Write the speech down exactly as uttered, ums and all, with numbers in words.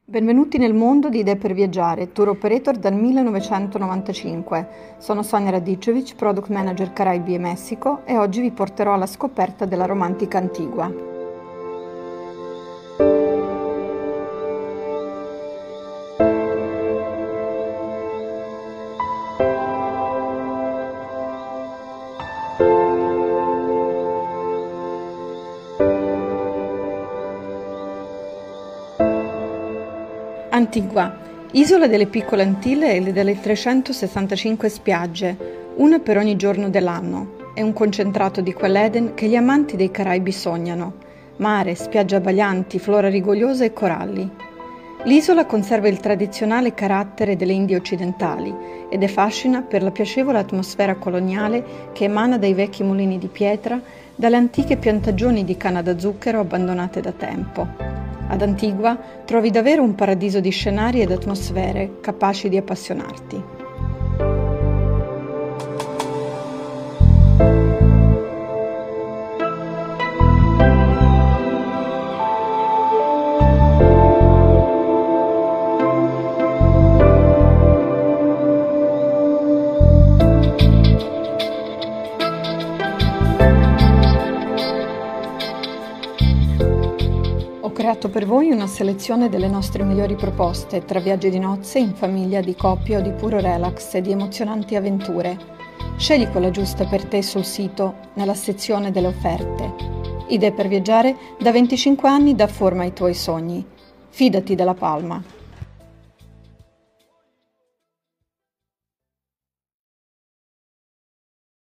Benvenuti nel mondo di Idee per viaggiare, tour operator dal millenovecentonovantacinque. Sono Sonia Radicevic, Product Manager Caraibi e Messico, e oggi vi porterò alla scoperta della romantica Antigua. Antigua, isola delle piccole Antille e delle trecentosessantacinque spiagge, una per ogni giorno dell'anno. È un concentrato di quell'Eden che gli amanti dei Caraibi sognano: mare, spiagge abbaglianti, flora rigogliosa e coralli. L'isola conserva il tradizionale carattere delle Indie occidentali ed è fascina per la piacevole atmosfera coloniale che emana dai vecchi mulini di pietra, dalle antiche piantagioni di canna da zucchero abbandonate da tempo. Ad Antigua trovi davvero un paradiso di scenari ed atmosfere capaci di appassionarti. Ho creato per voi una selezione delle nostre migliori proposte tra viaggi di nozze, in famiglia, di coppia o di puro relax e di emozionanti avventure. Scegli quella giusta per te sul sito, nella sezione delle offerte. Idee per viaggiare da venticinque anni dà forma ai tuoi sogni. Fidati della Palma.